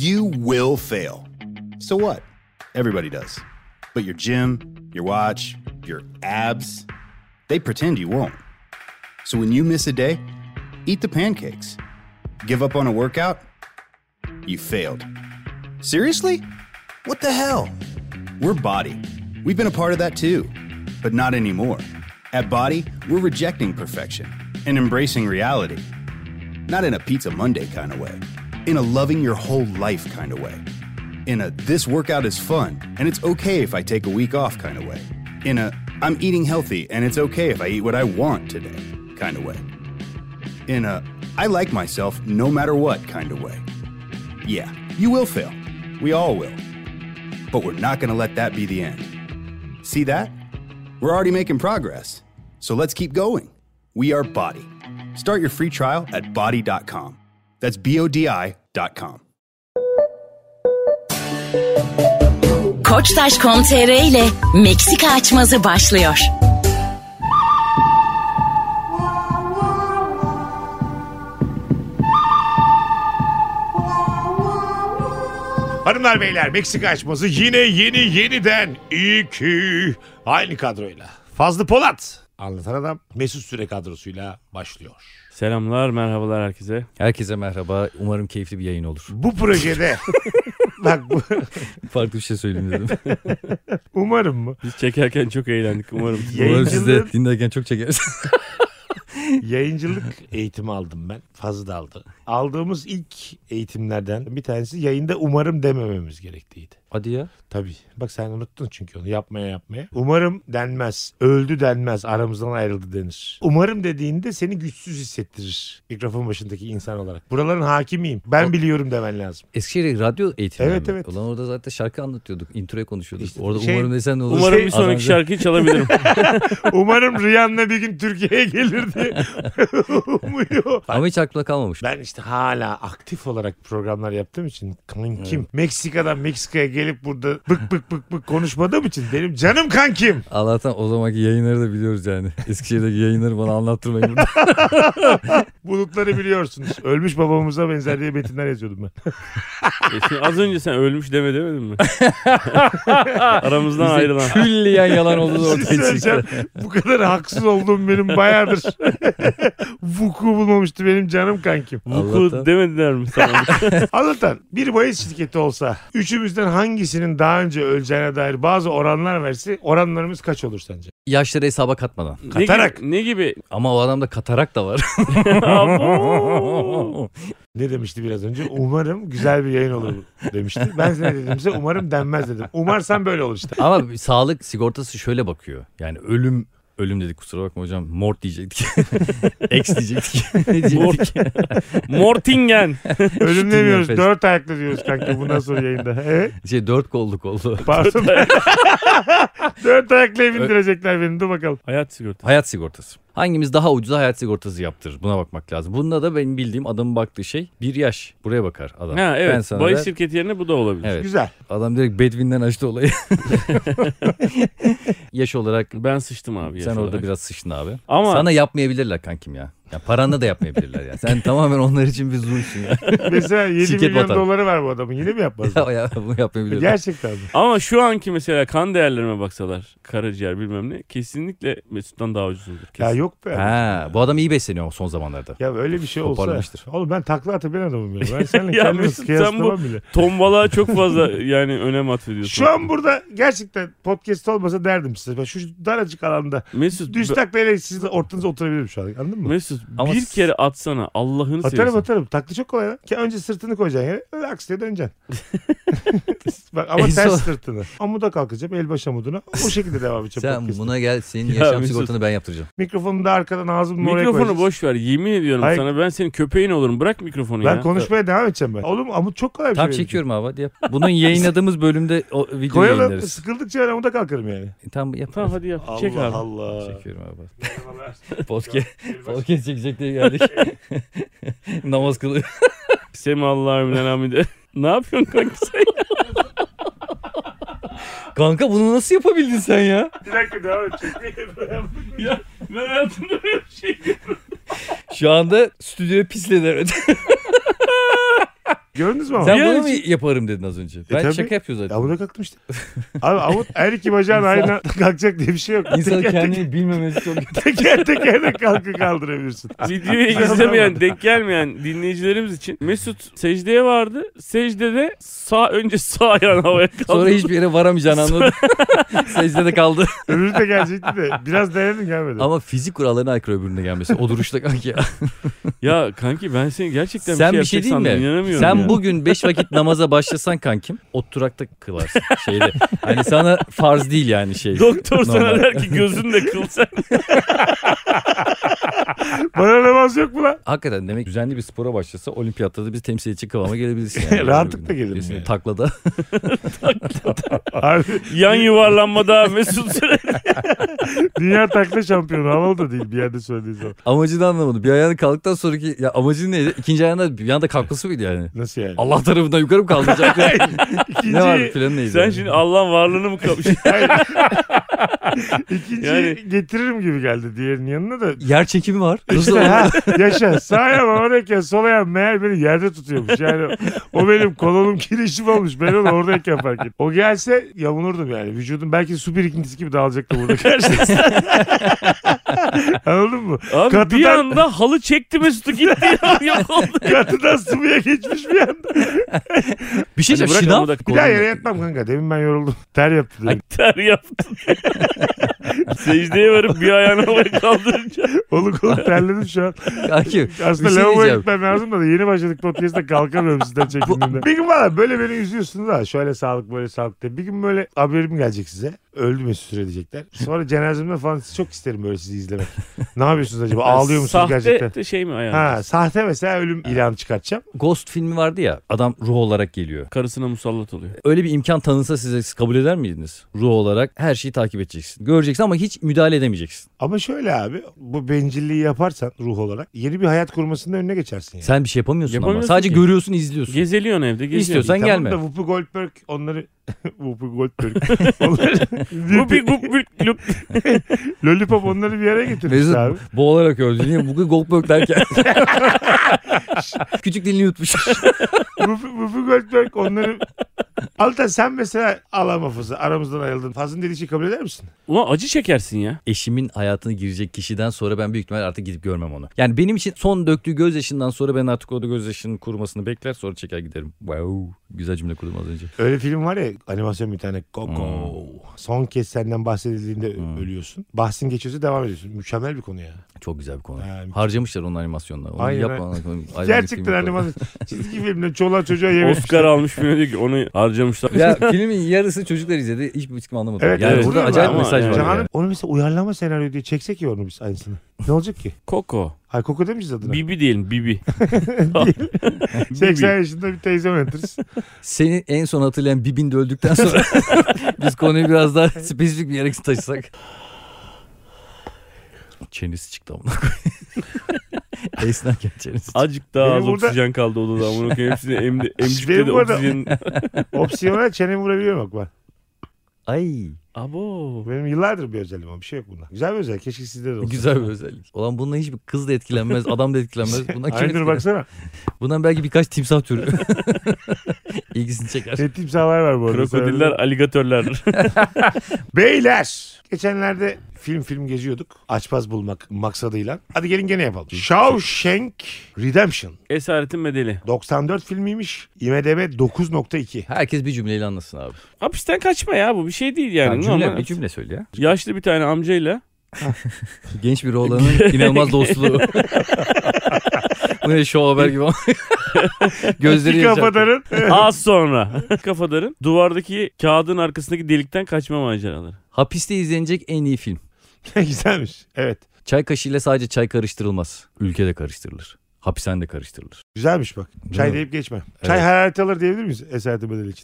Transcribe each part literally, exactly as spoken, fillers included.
You will fail. So what? Everybody does. But your gym, your watch, your abs, they pretend you won't. So when you miss a day, eat the pancakes. Give up on a workout? You failed. Seriously? What the hell? We're Body. We've been a part of that too, but not anymore. At Body, we're rejecting perfection and embracing reality. Not in a Pizza Monday kind of way. In a loving your whole life kind of way. In a this workout is fun and it's okay if I take a week off kind of way. In a I'm eating healthy and it's okay if I eat what I want today kind of way. In a I like myself no matter what kind of way. Yeah, you will fail. We all will. But we're not gonna let that be the end. See that? We're already making progress. So let's keep going. We are Body. Start your free trial at body dot com. That's B O D I dot com. Koçtaş nokta com nokta tr ile Meksika açmazı başlıyor. Hanımlar beyler, Meksika açması yine yeni yeniden iki aynı kadroyla. Fazlı Polat, Anlatan Adam, Mesut Süre kadrosuyla başlıyor. Selamlar, merhabalar herkese. Herkese merhaba. Umarım keyifli bir yayın olur. Bu projede bak bu Farklı bir şey söyleyeyim dedim. umarım mı? Biz çekerken çok eğlendik umarım. Umarım siz de dinlerken çok çekeriz. Yayıncılık eğitimi aldım ben. Fazla da aldı. Aldığımız ilk eğitimlerden bir tanesi yayında umarım demememiz gerekliydi. Hadi ya. Tabii. Bak sen unuttun çünkü onu yapmaya yapmaya. Umarım denmez. Öldü denmez. Aramızdan ayrıldı denir. Umarım dediğinde seni güçsüz hissettirir. Mikrofon başındaki insan olarak. Buraların hakimiyim. Ben o, biliyorum demen lazım. Eskişehir radyo eğitimi. Evet mi? Evet. Ulan orada zaten şarkı anlatıyorduk. Introya konuşuyorduk. İşte orada şey, umarım desen ne olur. Umarım şey, bir sonraki adamca... şarkıyı çalabilirim. Umarım Rihanna bir gün Türkiye'ye gelirdi. Umuyor. Ama hiç aklımda kalmamış. Ben işte hala aktif olarak programlar yaptığım için kankim. Evet. Meksika'dan Meksika'ya gelip burada bık bık bık bık konuşmadığım için benim canım kankim. Allah'tan o zamanki yayınları da biliyoruz yani. Eskişehir'deki yayınları bana anlattırmayın. Bulutları biliyorsunuz. Ölmüş babamıza benzer diye metinler yazıyordum ben. E şimdi az önce sen ölmüş deme demedin mi? Aramızdan Bize ayrılan. külliyen yalan olduğu ortaya çıktı. Bu kadar haksız olduğum benim bayağıdır vuku bulmamıştı benim canım kankim. Vuku demediler mi sana? Anlatan bir bahis şirketi olsa üçümüzden hangisinin daha önce öleceğine dair bazı oranlar verse oranlarımız kaç olur sence? Yaşları hesaba katmadan. Katarak. Ne gibi? Ne gibi? Ama o adamda katarak da var. Ne demişti biraz önce? Umarım güzel bir yayın olur demişti. Ben ne dedimse umarım denmez dedim. Umarsan böyle olur işte. Ama sağlık sigortası şöyle bakıyor. Yani ölüm Ölüm dedik, kusura bakma hocam. Mort diyecektik. Ex diyecektik. Ne diyecektik? Mortingen. Ölüm demiyoruz. Dört ayaklı diyoruz kanka bundan sonra yayında. Evet. Şey dört kollu kollu. Pardon. Dört ayaklı bindirecekler beni. Dur bakalım. Hayat sigortası. Hayat sigortası. Hangimiz daha ucuza hayat sigortası yaptırır? Buna bakmak lazım. Bunda da benim bildiğim adamın baktığı şey bir yaş. Buraya bakar adam. Ha evet. Ben sana bahis da... şirketi yerine bu da olabilir. Evet. Güzel. Adam direkt Bedvin'den açtı olayı. Yaş olarak. Ben sıçtım abi. Sen orada olarak. biraz sıçtın abi. Ama... Sana yapmayabilirler kankim ya. Ya paranla da yapmayabilirler ya. Sen tamamen onlar için bir zulsün ya. Mesela yedi Şirket milyon batar. doları var bu adamın. Yine mi yapmaz? Ya, ya bunu yapmayabilirler. Gerçekten mi? Ama şu anki mesela kan değerlerime baksalar, karaciğer bilmem ne, kesinlikle Mesut'tan daha ucuzdur. Kesin. Ya yok be. Ha, bu adam iyi besleniyor son zamanlarda. Ya öyle bir şey olsa. Toparlamıştır. Oğlum ben takla atabilen adamım ya. Ben seninle Ya kendimi Mesut, sen kıyaslamam bu bile. tombalığa çok fazla yani önem atfediyorsun. Şu an burada gerçekten podcast olmasa derdim size. Ben şu daracık alanda Mesut, düz taklayla sizin ortanıza oturabilirim şu an. Anladın mı? Mesut Ama bir kere atsana Allah'ını atarım seversen. atarım. Takla çok kolay lan. Ki önce sırtını koyacaksın yere. Öyle aksine döneceksin. Bak ama En ters son- sırtını. Amuda kalkacağım. El baş amuduna. O şekilde devam edeceğim. Sen podcast'a. buna gel, senin Ya yaşam Mesut. sigortanı ben yaptıracağım. Mikrofonu da arkadan ağzımın oraya Mikrofonu koyacağız. boş ver. Yemin ediyorum Hayır. sana ben senin köpeğin olurum. Bırak mikrofonu Ben ya. konuşmaya devam edeceğim ben. Oğlum amut çok kolay bir Tamam şey. benim için. çekiyorum abi, hadi yap. Bunun yayınladığımız bölümde o video Koyalım. yayınlarız. Sıkıldıkça ben amuda kalkarım yani. Tamam yap. Tamam hadi yap. Allah Çek abi. Allah. Çekiyorum abi. Podcast, podcast çekecek diye geldik. Namaz kılıyor. Semallahu minel hamide. Ne yapıyorsun kanka sen ya? Kanka bunu nasıl yapabildin sen ya? Bir dakika devam et. Ya ben hayatımda böyle bir şey Şu anda stüdyoya pisledi evet. Gördünüz mü ama? Sen Bir bunu an mu yaparım dedin az önce? Ben tabii. şaka yapıyor zaten. Amuda kalktım işte. Abi Amut her iki bacağın aynı kalkacak diye bir şey yok. İnsan teker, kendini bilmemesi çok kötü. teker teker de kalkı kaldırabilirsin. Videoyu izlemeyen, denk gelmeyen dinleyicilerimiz için Mesut secdeye vardı. Secdede sağ önce sağ ayağını havaya kaldırdı. Sonra hiçbir yere varamayacağını anladım. Secdede kaldı. Öbürü de gelecekti de biraz denedim gelmedi. Ama fizik kurallarına aykırı öbürüne gelmesi. O duruşta kanki ya. Ya kanki ben seni gerçekten Sen bir bir şey şey yapacak diyeyim mi? sandım. İnanamıyorum Sen ya. bugün beş vakit namaza başlasan kankim oturakta kılarsın şeyde. Hani sana farz değil yani şey. Doktor sana Normal. der ki gözünü de kıl sen. Bana namaz yok mu lan? Hakikaten demek düzenli bir spora başlasa olimpiyatta da biz temsilci kıvama gelebilirsin. Yani. Rahatlıkla gelirim Kesinlikle. yani. Taklada. Abi Yan yuvarlanmada Mesut Süre. dünya takla şampiyonu havalı da değil bir yerde söylediği zaman. Amacını anlamadım. Bir ayağını kalktıktan sonraki ya amacın neydi? İkinci ayağında bir anda kalkması mıydı yani? Nasıl yani? Allah tarafından yukarı mı kaldıracak? İkinci, ne vardı planı neydi? Sen yani? şimdi Allah'ın varlığını mı kapmış? Hayır. İkinci Yani- getiririm gibi geldi diğerinin yanına da. Yer çekimi var. Nasıl İşte, olur? ha, yaşa sağ ayağım havadayken sol ayağım meğer beni yerde tutuyormuş. Yani o benim kolonum kirişim olmuş. Ben onu oradayken fark ettim. O gelse yavunurdum yani. Vücudum belki su birikintisi gibi dağılacaktı burada karşısında. Anladın mı? Abi Katıdan- bir anda halı çekti Mesut'u gitti ya. Yok oldu. Katıdan sıvıya geçmiş bir anda. Bir şey Hadi diyeceğim. bırak Şınav. ama da- Bir daha yere yatmam kanka. Demin ben yoruldum. Ter yaptı. dedim. Ter yaptın. Secdeye varıp bir ayağını havaya kaldırınca. Oluk oluk terledim şu an. Kanki Aslında bir şey lavaboya diyeceğim. gitmem lazım da yeni başladık podcast'ta kalkamıyorum sizden çekindiğimden. Bir gün valla böyle beni üzüyorsunuz ha. Şöyle sağlık böyle sağlık diye. Bir gün böyle haberim gelecek size. Öldü Mesut Süre diyecekler. Sonra cenazemde falan sizi çok isterim böyle sizi izlemek. Ne yapıyorsunuz acaba? Ağlıyor musunuz Sahte gerçekten? de şey mi ayağını? Ha, sahte mesela ölüm ilanı çıkartacağım. Ghost filmi vardı ya. Adam ruh olarak geliyor. Karısına musallat oluyor. Öyle bir imkan tanınsa size siz kabul eder miydiniz? Ruh olarak her şeyi takip edeceksin. Göreceksin ama hiç müdahale edemeyeceksin. Ama şöyle abi bu bencilliği yaparsan ruh olarak yeni bir hayat kurmasının önüne geçersin yani. Sen bir şey yapamıyorsun, ama. Yapamıyorsun Sadece ki. görüyorsun, izliyorsun. Gezeliyorsun evde. Geziyorsun. İstiyorsan Tamam gelme. da Whoopi Goldberg onları Whoopi Goldberg onları Bu bir gup bir lup. Lollipop onları bir yere getirmiş Mesut abi. boğularak öldü. Niye? Bugün Goldberg derken. Küçük dilini yutmuş. Whoopi, Whoopi Goldberg onları Altan sen mesela Allah muhafaza aramızdan ayrıldın. Fazlın dediği şeyi kabul eder misin? Ulan acı çekersin ya. Eşimin hayatına girecek kişiden sonra ben büyük ihtimalle artık gidip görmem onu. Yani benim için son döktüğü gözyaşından sonra ben artık o da gözyaşının kurumasını bekler sonra çeker giderim. Wow. Güzel cümle kurdum az önce. Öyle film var ya animasyon bir tane Coco. Son kez senden bahsedildiğinde Hmm. ölüyorsun. Bahsin geçiyorsa devam ediyorsun. Mükemmel bir konu ya. Çok güzel bir konu. Ha, mükemmel. Harcamışlar onun animasyonla. Onu Aynen, yapma. Aynen. Gerçekten animasyon. Çizgi filmde çoluğa çocuğa yememişler. Oscar almış film diyor ki onu harcamışlar. Ya filmin yarısı çocuklar izledi. Hiçbir fikrim anlamadım. Evet, yani evet. burada Ama acayip yani- mesaj var. Canım, Yani. onu mesela uyarlama senaryo diye çeksek ya onu biz aynısını. Ne olacak ki? Coco. Hay Coco demişiz adına. Bibi diyelim Bibi. seksen yaşında bir teyze yönetiriz. Seni en son hatırlayan Bibin de öldükten sonra biz konuyu biraz daha spesifik bir yere taşısak. Çenesi çıktı amına koyayım. Esnerken çenesi çıktı. Azıcık daha Benim az burada- oksijen kaldı odada. Amına koyayım hepsini emdi, emcikte Benim de burada- oksijen. Opsiyonel çene vurabiliyorum bak ben. Ay Abo. Benim yıllardır bir özelliğim ama bir şey yok bunda. Güzel bir özellik. Keşke sizde de olsa. güzel bir özellik. Olan bununla hiçbir kız da etkilenmez, adam da etkilenmez. Bundan kim Aynur etkilenir? baksana. Bundan belki birkaç timsah türü ilgisini çeker. Ne timsahlar var bu arada. Krokodiller, aligatörler. Beyler. Geçenlerde film film geziyorduk. Açpaz bulmak maksadıyla. Hadi gelin gene yapalım. Shawshank Redemption. Esaretin bedeli. doksan dört filmiymiş. IMDb dokuz nokta iki. Herkes bir cümleyle anlasın abi. Hapisten kaçma ya bu bir şey değil yani. Yani cümle, Normal. bir cümle söyle ya. Yaşlı bir tane amcayla Genç bir oğlanın inanılmaz dostluğu. Bu ne show haber gibi ama. Gözleri İki yaşartıyor. kafadarın. az sonra kafadarın duvardaki kağıdın arkasındaki delikten kaçma maceraları. Hapiste izlenecek en iyi film. Güzelmiş. Evet. Çay kaşığıyla sadece çay karıştırılmaz. Ülkede karıştırılır. Hapishanede karıştırılır. Güzelmiş bak. Çay mi? deyip geçme. Çay Evet. harareti alır diyebilir miyiz Esaretin bedeli için?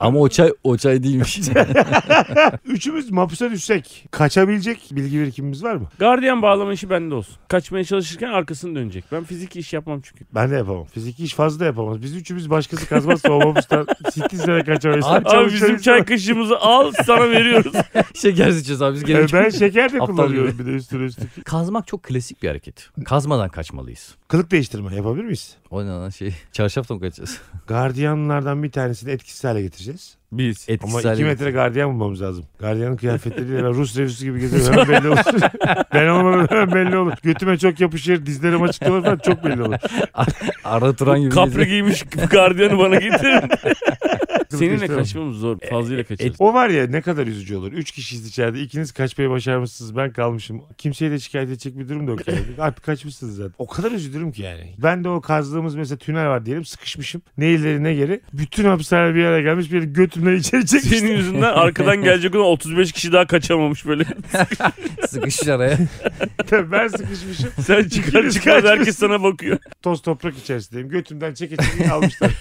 Ama o çay o çay değilmiş. Üçümüz mapusa düşsek kaçabilecek bilgi birikimimiz var mı? Gardiyan bağlama işi bende olsun. Kaçmaya çalışırken arkasını dönecek. Ben fiziki iş yapmam çünkü. Ben de yapamam. Fiziki iş fazla da yapamaz. Biz üçümüz başkası kazmazsa o mapustan sittin sene kaçamayız. Abi Abi bizim çay kaşığımızı al sana veriyoruz. Şeker içeceğiz abi biz gene. Ee, ben şeker de Aptal kullanıyorum gibi. bir de üstüne üstlük. Kazmak çok klasik bir hareket. Kazmadan kaçmalıyız. Kılık değiştirme yapabilir miyiz? O ne lan şey? Çarşafla mı kaçacağız? Gardiyanlardan bir tanesini etkisiz hale getireceğiz. Biz. Etkisiz Ama iki hale- metre gardiyan bulmamız lazım. Gardiyanın kıyafetleriyle ben Rus revüsü gibi geziyorum. Hemen belli olur. Ben olmadan hemen belli olur. Götüme çok yapışır, dizlerim açık kalır falan çok belli olur. Ara Turan gibi. Kapri geziyor. giymiş gardiyanı bana getirin. Seninle değiştiremem. kaçmamız zor. Fazlıyla kaçarız. O var ya ne kadar üzücü olur. Üç kişiyiz içeride. İkiniz kaçmayı başarmışsınız. Ben kalmışım. Kimseye de şikayet edecek bir durum da yok. Yani. Artık kaçmışsınız zaten. O kadar üzülürüm ki yani. Ben de o kazdığımız mesela tünel var diyelim. Sıkışmışım. Ne ileri ne geri. Bütün hapishane bir yere gelmiş. Bir götümden içeri çekmiş. Senin yüzünden arkadan gelecek olan otuz beş kişi daha kaçamamış böyle. Sıkışır araya. Ben sıkışmışım. Sen çıkar İkiniz çıkar herkes kaçmışsınız. sana bakıyor. Toz toprak içerisindeyim. Götümden çeke çeke almışlar.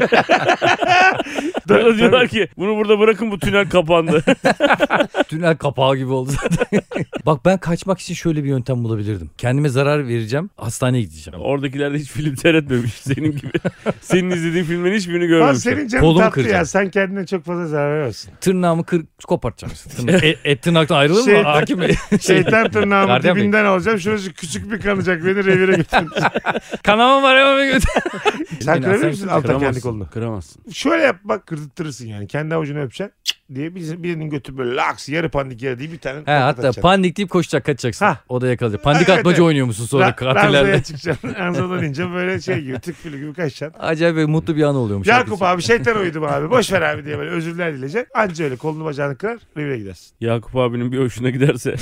Bana diyorlar ki bunu burada bırakın bu tünel kapandı. Tünel kapağı gibi oldu zaten. Bak ben kaçmak için şöyle bir yöntem bulabilirdim. Kendime zarar vereceğim. Hastaneye gideceğim. Oradakiler de hiç film seyretmemiş senin gibi. Senin izlediğin filmlerin hiçbirini Lan görmemişler. senin canın Kolumu tatlı kıracağım. ya. Sen kendine çok fazla zarar veremezsin. Tırnağımı kır kopartacağım. Tırnak, et, et tırnaktan ayrılır mı Şey- hakim bey? Şeytan tırnağımı Gardiyan Bey. dibinden alacağım. Şurası küçük bir kanacak. Beni revire götürün. Kanamam var hemen bir götür. Sen kırabilir misin altta kendi Kıramazsın, kolunu? Kıramazsın. Şöyle yap bak kırdırtırsın yani. Kendi avucunu öpeceksin cık diye birisi- birinin götü böyle laks yarı pandik yere diye bir tane He, tokat hatta atacaksın. panik deyip koşacak kaçacaksın. Ha. O da yakalayacak. Pandik Evet, atmaca evet. oynuyor musun sonra Ra- katillerle? Ranzaya çıkacaksın. Ranzadan ince böyle şey gibi tık fili gibi kaçacaksın. Acayip bir mutlu bir an oluyormuş. Yakup herkes. abi şeytan uydum abi. Boş ver abi diye böyle özürler dileyeceksin. Anca öyle kolunu bacağını kırar revire gidersin. Yakup abinin bir hoşuna giderse.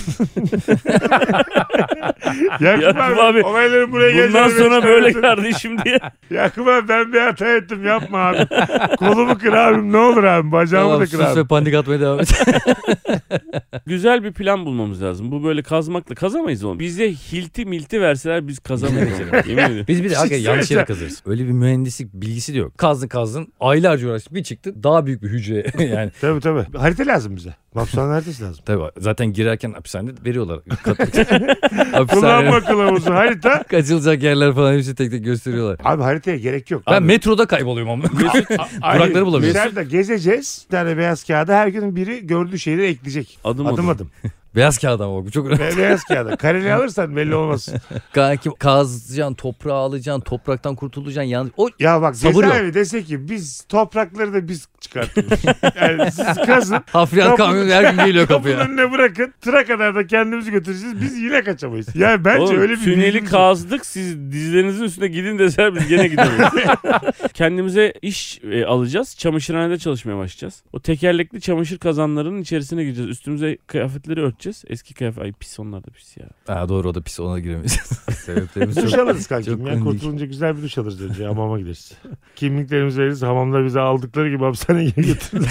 Yakup, Yakup abi, abi, olayların buraya geleceğini Bundan sonra ben böyle çıkartırım. kardeşim diye. Yakup abi ben bir hata ettim yapma abi. Kolumu kır abim ne olur abi bacağımı Tamam, da kır sus abi. ve panik atmaya devam et. Güzel bir plan bulmamız lazım. Bu böyle kazmakla kazamayız onu. Bize hilti milti verseler biz kazamayız. onu. Yemin ediyorum. Biz bir de hakikaten yanlış söyleyeceğim. yere kazırız. Öyle bir mühendislik bilgisi de yok. Kazdın kazdın aylarca uğraştık bir çıktı daha büyük bir hücre yani. Tabii tabii. Harita lazım bize. Mapsane haritası lazım. Tabii zaten girerken hapishanede veriyorlar. Hapishanede Kullanma kılavuzu harita. kaçılacak yerler falan hepsi tek tek gösteriyorlar. Abi haritaya gerek yok. Ben Abi, metroda kayboluyorum ama. hayır, durakları bulamıyoruz. Dışarıda gezeceğiz. Bir tane beyaz kağıda her gün biri gördüğü şeyleri ekleyecek. Adım Adım adım. adım. Beyaz kağıt ama bak, bu çok önemli. Be- beyaz kağıda. Kareli alırsan belli olmaz. Kanki kazacaksın, toprağı alacaksın, topraktan kurtulacaksın. Yalnız o Ya bak Sabır yok. cezaevi dese ki biz toprakları da biz çıkartıyoruz. Yani siz kazın. hafriyat Kapı- kamyonu her gün geliyor Kapının kapıya. önüne bırakın. Tıra kadar da kendimizi götüreceğiz. Biz yine kaçamayız. Yani bence Oğlum, öyle bir tüneli bilgimiz yok. kazdık siz dizlerinizin üstüne gidin deseler biz gene gidemeyiz. Kendimize iş e, alacağız. Çamaşırhanede çalışmaya başlayacağız. O tekerlekli çamaşır kazanlarının içerisine gireceğiz. Üstümüze kıyafetleri örteceğiz. Eski kıyafet. Ay pis onlar da pis ya. Ha, doğru o da pis ona giremeyeceğiz. Sebeplerimiz Duş çok. alırız kankim çok ya. komik. Kurtulunca güzel bir duş alırız önce. Hamama gideriz. Kimliklerimizi veririz. Hamamda bize aldıkları gibi hapishaneye götürürler.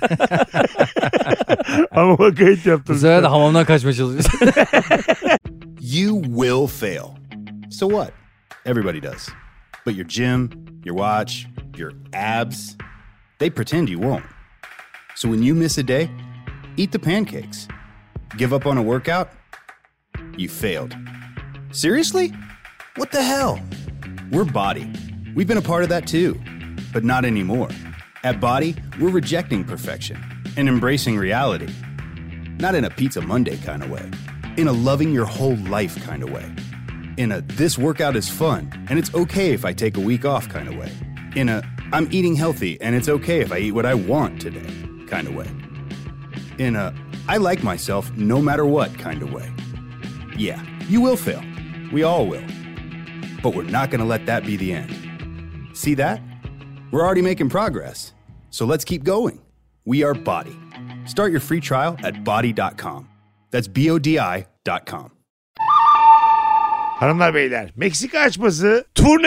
Hamama kayıt Bu yaptırırız. sefer de hamamdan kaçmaya çalışacağız. You will fail. So what? Everybody does. But your gym, your watch, your abs, they pretend you won't. So when you miss a day, eat the pancakes. Give up on a workout? You failed. Seriously? What the hell? We're Body. We've been a part of that too, but not anymore. At Body, we're rejecting perfection and embracing reality. Not in a Pizza Monday kind of way. In a loving your whole life kind of way. In a this workout is fun and it's okay if I take a week off kind of way. In a I'm eating healthy and it's okay if I eat what I want today kind of way. In a I like myself no matter what kind of way. Yeah, you will fail. We all will. But we're not going to let that be the end. See that? We're already making progress. So let's keep going. We are Body. Start your free trial at body dot com. That's B O D I dot com. Hanımlar beyler Meksika açması turnede.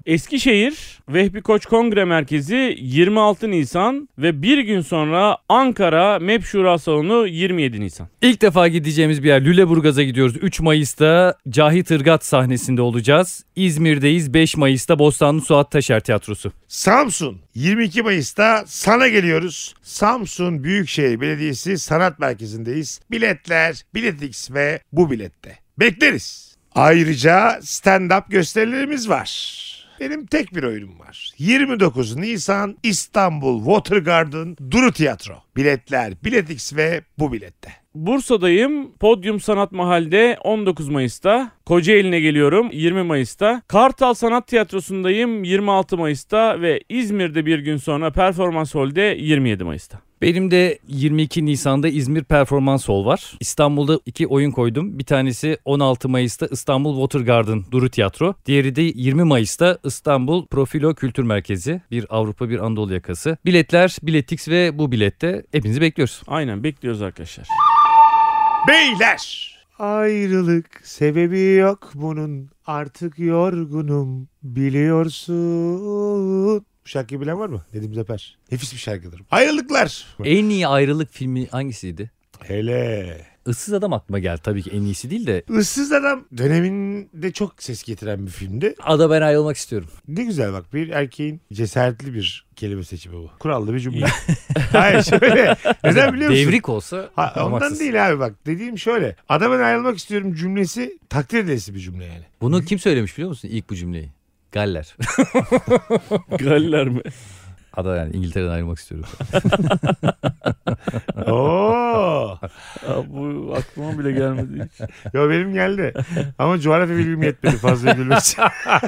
Eskişehir Vehbi Koç Kongre Merkezi yirmi altı Nisan ve bir gün sonra Ankara M E P Şura Salonu yirmi yedi Nisan. İlk defa gideceğimiz bir yer Lüleburgaz'a gidiyoruz. üç Mayıs'ta Cahit Irgat sahnesinde olacağız. İzmir'deyiz beş Mayıs'ta Bostanlı Suat Taşer Tiyatrosu. Samsun yirmi iki Mayıs'ta sana geliyoruz. Samsun Büyükşehir Belediyesi Sanat Merkezi'ndeyiz. Biletler Biletix ve bu bilette. Bekleriz. Ayrıca stand-up gösterilerimiz var. Benim tek bir oyunum var. yirmi dokuz Nisan İstanbul Watergarden Duru Tiyatro. Biletler Biletix ve bu bilette. Bursa'dayım. Podyum Sanat Mahal'de on dokuz Mayıs'ta. Kocaeli'ne geliyorum yirmi Mayıs'ta. Kartal Sanat Tiyatrosu'ndayım yirmi altı Mayıs'ta ve İzmir'de bir gün sonra Performans Hall'de yirmi yedi Mayıs'ta. Benim de yirmi iki Nisan'da İzmir Performans Hall var. İstanbul'da iki oyun koydum. Bir tanesi on altı Mayıs'ta İstanbul Watergarden Duru Tiyatro. Diğeri de yirmi Mayıs'ta İstanbul Profilo Kültür Merkezi. Bir Avrupa bir Anadolu yakası. Biletler Biletix ve bu bilette hepinizi bekliyoruz. Aynen bekliyoruz arkadaşlar. Beyler! Ayrılık sebebi yok bunun, artık yorgunum biliyorsun. Bu şarkıyı bilen var mı? Nedim Zeper. Nefis bir şarkıdır. Ayrılıklar. En iyi ayrılık filmi hangisiydi? Hele. Issız Adam aklıma geldi. Tabii ki en iyisi değil de. Issız Adam döneminde çok ses getiren bir filmdi. Ada ben ayrılmak istiyorum. Ne güzel bak, bir erkeğin cesaretli bir kelime seçimi bu. Kurallı bir cümle. Hayır şöyle. Neden biliyor musun? Devrik olsa. Ha, ondan olmaksız. değil abi bak. Dediğim şöyle. Adamın ayrılmak istiyorum cümlesi takdir edilesi bir cümle yani. Bunu kim söylemiş biliyor musun ilk bu cümleyi? Galler. Galler mi? Ada yani İngiltere'den ayrılmak istiyorum. Oo. Aa, bu aklıma bile gelmedi hiç. Ya benim geldi. Ama coğrafya bilgim yetmedi fazla gülmek için.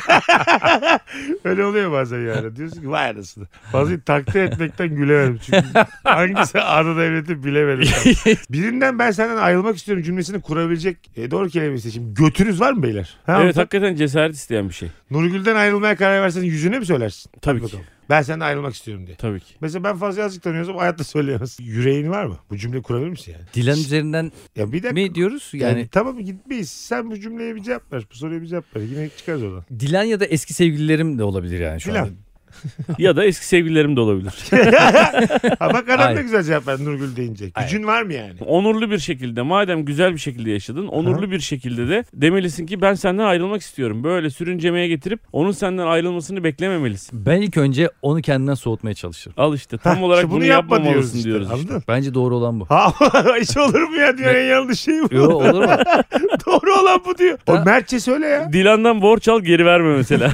Öyle oluyor bazen yani. Diyorsun ki vay anasını. Fazla takdir etmekten gülemedim. Çünkü hangisi ada devleti bilemedim. Birinden ben senden ayrılmak istiyorum cümlesini kurabilecek e, doğru kelimeyi seçeyim. Götünüz var mı beyler? Ha, Evet bak, hakikaten cesaret isteyen bir şey. Nurgül'den ayrılmaya karar versen yüzüne mi söylersin? Tabii Hadi ki. bakalım. Ben senden ayrılmak istiyorum diye. Tabii ki. Mesela ben fazla yazık tanıyorsam hayatta söyleyemez. Yüreğin var mı? Bu cümleyi kurabilir misin yani? Dilan üzerinden Ya bir dakika. mi diyoruz? Yani, Yani tamam gitmeyiz. Sen bu cümleye bir cevap ver. Bu soruya bir cevap ver. Yine çıkarız oradan. Dilan ya da eski sevgililerim de olabilir yani şu Dilan. an. Ya da eski sevgililerim de olabilir. Ha bak adam Aynen. ne güzel cevap verdi Nurgül deyince. Gücün var mı yani? Onurlu bir şekilde, madem güzel bir şekilde yaşadın, onurlu bir şekilde de demelisin ki ben senden ayrılmak istiyorum. Böyle sürüncemeye getirip onun senden ayrılmasını beklememelisin. Ben ilk önce onu kendinden soğutmaya çalışırım. Al işte tam Hah, olarak işte bunu, yapma yapmamalısın işte, diyoruz işte. anladın? Bence doğru olan bu. Ha hiç olur mu ya diyor, en yanlış şey bu. Yo olur mu? Doğru olan bu diyor. O Ha. Mertçe söyle ya. Dilan'dan borç al geri verme mesela.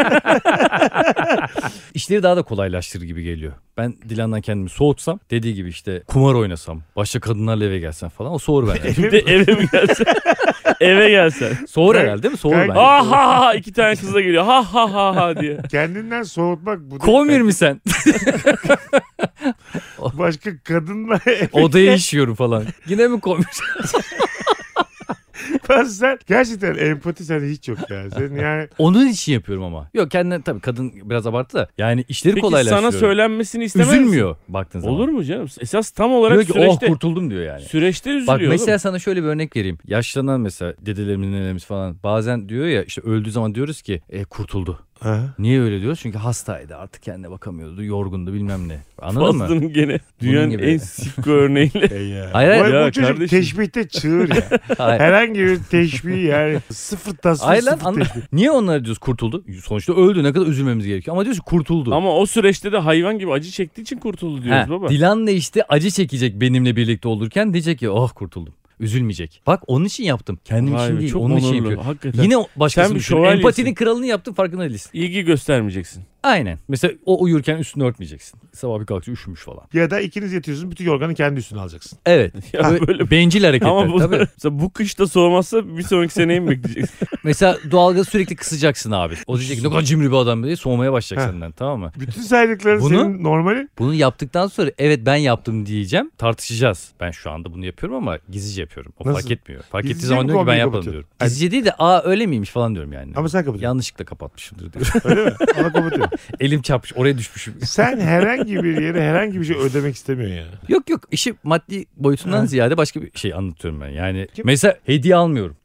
İşleri daha da kolaylaştırır gibi geliyor. Ben Dilan'dan kendimi soğutsam, dediği gibi işte kumar oynasam, başka kadınlarla eve gelsem falan o soğur benden. Bir de eve mi gelsen? Eve gelsen. Soğur herhalde değil mi? Soğur Kanka- bence. Ha ha ha iki tane kız da geliyor. Ha ha ha ha diye. Kendinden soğutmak bu. değil. Komür mü sen? Başka kadınla Odaya işiyorum falan. Yine mi komür? sen gerçekten empati sende hiç yok ya. Senin yani Onun için yapıyorum ama. Yok kendine tabii kadın biraz abarttı da. Yani işleri Peki kolaylaştırıyorum. sana söylenmesini istemez misin? Üzülmüyor baktığın zaman. Olur mu canım? Esas tam olarak Diyor ki süreçte, oh kurtuldum diyor yani. süreçte üzülüyor. Bak oğlum. mesela sana şöyle bir örnek vereyim. Yaşlanan mesela dedelerimiz nelerimiz falan bazen diyor ya işte öldüğü zaman diyoruz ki e, kurtuldu. ha? Niye öyle diyoruz? Çünkü hastaydı artık kendine bakamıyordu yorgundu bilmem ne. Anladın mı? Fazlı'nın gene dünyanın gibi. en sifko örneğiyle. Ey ya. Hayır, hayır. Bu, Ya bu çocuk kardeşim. teşbihte çığır ya. Hayır. Herhangi bir teşbih yani sıfır tasvir Hayır lan sıfır anla- teşbih. Niye onlara diyoruz kurtuldu? Sonuçta öldü ne kadar üzülmemiz gerekiyor. Ama diyoruz ki kurtuldu. Ama o süreçte de hayvan gibi acı çektiği için kurtuldu diyoruz Ha, baba. Dilan da işte acı çekecek benimle birlikte olurken diyecek ki oh kurtuldum. Üzülmeyecek. Bak onun için yaptım. Kendim Vay için be, değil çok onun için onurlu. yapıyorum. Hakikaten. Yine başkasını Sen bir düşün. şövalyesin. Empatinin kralını yaptım farkında değilsin. İlgi göstermeyeceksin. Aynen. Mesela o uyurken üstünü örtmeyeceksin. Sabah bir kalkıyor üşümüş falan. Ya da ikiniz yatıyorsunuz, bütün yorganı kendi üstüne alacaksın. Evet. Ya Böyle böyle- bencil hareketler. Ama bu, Tabii. mesela bu kışta soğumazsa bir sonraki seneyi mi bekleyeceksin? Mesela doğalgazı sürekli kısacaksın abi. O diyecek ki ne kadar cimri bir adam diye soğumaya başlayacak Ha. senden tamam mı? Bütün saydıkların Bunu- senin normali. Bunu yaptıktan sonra evet ben yaptım diyeceğim. Tartışacağız. Ben şu anda bunu yapıyorum ama gizlice yapıyorum. O Nasıl? fark etmiyor. Fark Gizlice ettiği zaman mi diyor ki ben kombiyi yapmadım kapatıyor? diyorum. Gizlice değil de aa öyle miymiş falan diyorum yani. Ama sen kapatıyorsun. Yanlışlıkla kapatmışımdır diyorum. Öyle mi? Ona kapatıyorum. Elim çarpmış oraya düşmüşüm. Sen herhangi bir yere herhangi bir şey ödemek istemiyorsun yani. Yok yok işi maddi boyutundan Ha. ziyade başka bir şey anlatıyorum ben. Yani Kim? mesela hediye almıyorum.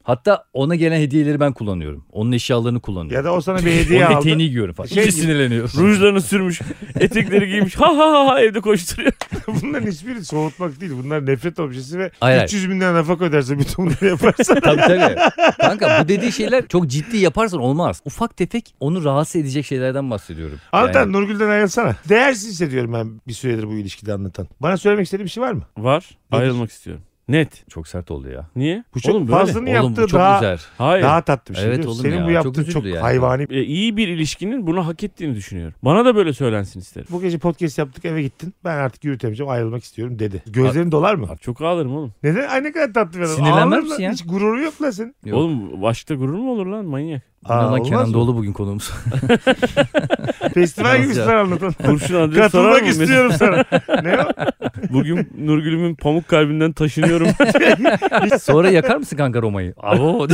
Hatta ona gelen hediyeleri ben kullanıyorum. Onun eşyalarını kullanıyorum. Ya da o sana bir hediye Onun aldı. eteğini giyiyorum falan. Şey İyice gibi. sinirleniyor. Rujlarını sürmüş. Etekleri giymiş. Ha ha ha ha evde koşturuyor. Bunların hiçbiri soğutmak değil. Bunlar nefret objesi ve Hayır, üç yüz bin lira nafaka öderse bütün bunları yaparsan. Tabii tabii. Kanka bu dediği şeyler çok ciddi yaparsan olmaz. Ufak tefek onu rahatsız edecek şeylerden bahsediyorum. Anlatan Yani- Nurgül'den ayrılsana. Değersiz hissediyorum ben bir süredir bu ilişkide anlatan. Bana söylemek istediğin bir şey var mı? Var. Ayrılmak istiyorum. Net. Çok sert oldu ya. Niye? Bu çok Oğlum böyle. fazlasını Oğlum yaptığı bu çok daha, güzel. Hayır. daha tatlı bir şey. Evet biliyor musun? oğlum Senin ya, bu çok yaptığın çok, üzüldü yani. hayvani. E, iyi bir ilişkinin bunu hak ettiğini düşünüyorum. Bana da böyle söylensin isterim. Bu gece podcast yaptık eve gittin. Ben artık yürütemeyeceğim ayrılmak istiyorum dedi. Gözlerin dolar mı? Çok ağlarım oğlum. Neden? Ay ne kadar tatlı bir adam. Sinirlenmez Ağlar misin lan. ya? Hiç gururu yok lan senin. Yok. Oğlum başta gurur mu olur lan manyak? Aa, İnanan olmaz Kenan mı? Doğulu bugün konuğumuz. Festival Olmaz gibi ya. sen anlatan. Kurşun adres sorar Katılmak mı? istiyorum sana. Ne o? Bugün Nurgül'ümün pamuk kalbinden taşınıyorum. Sonra yakar mısın kanka Roma'yı? Abo.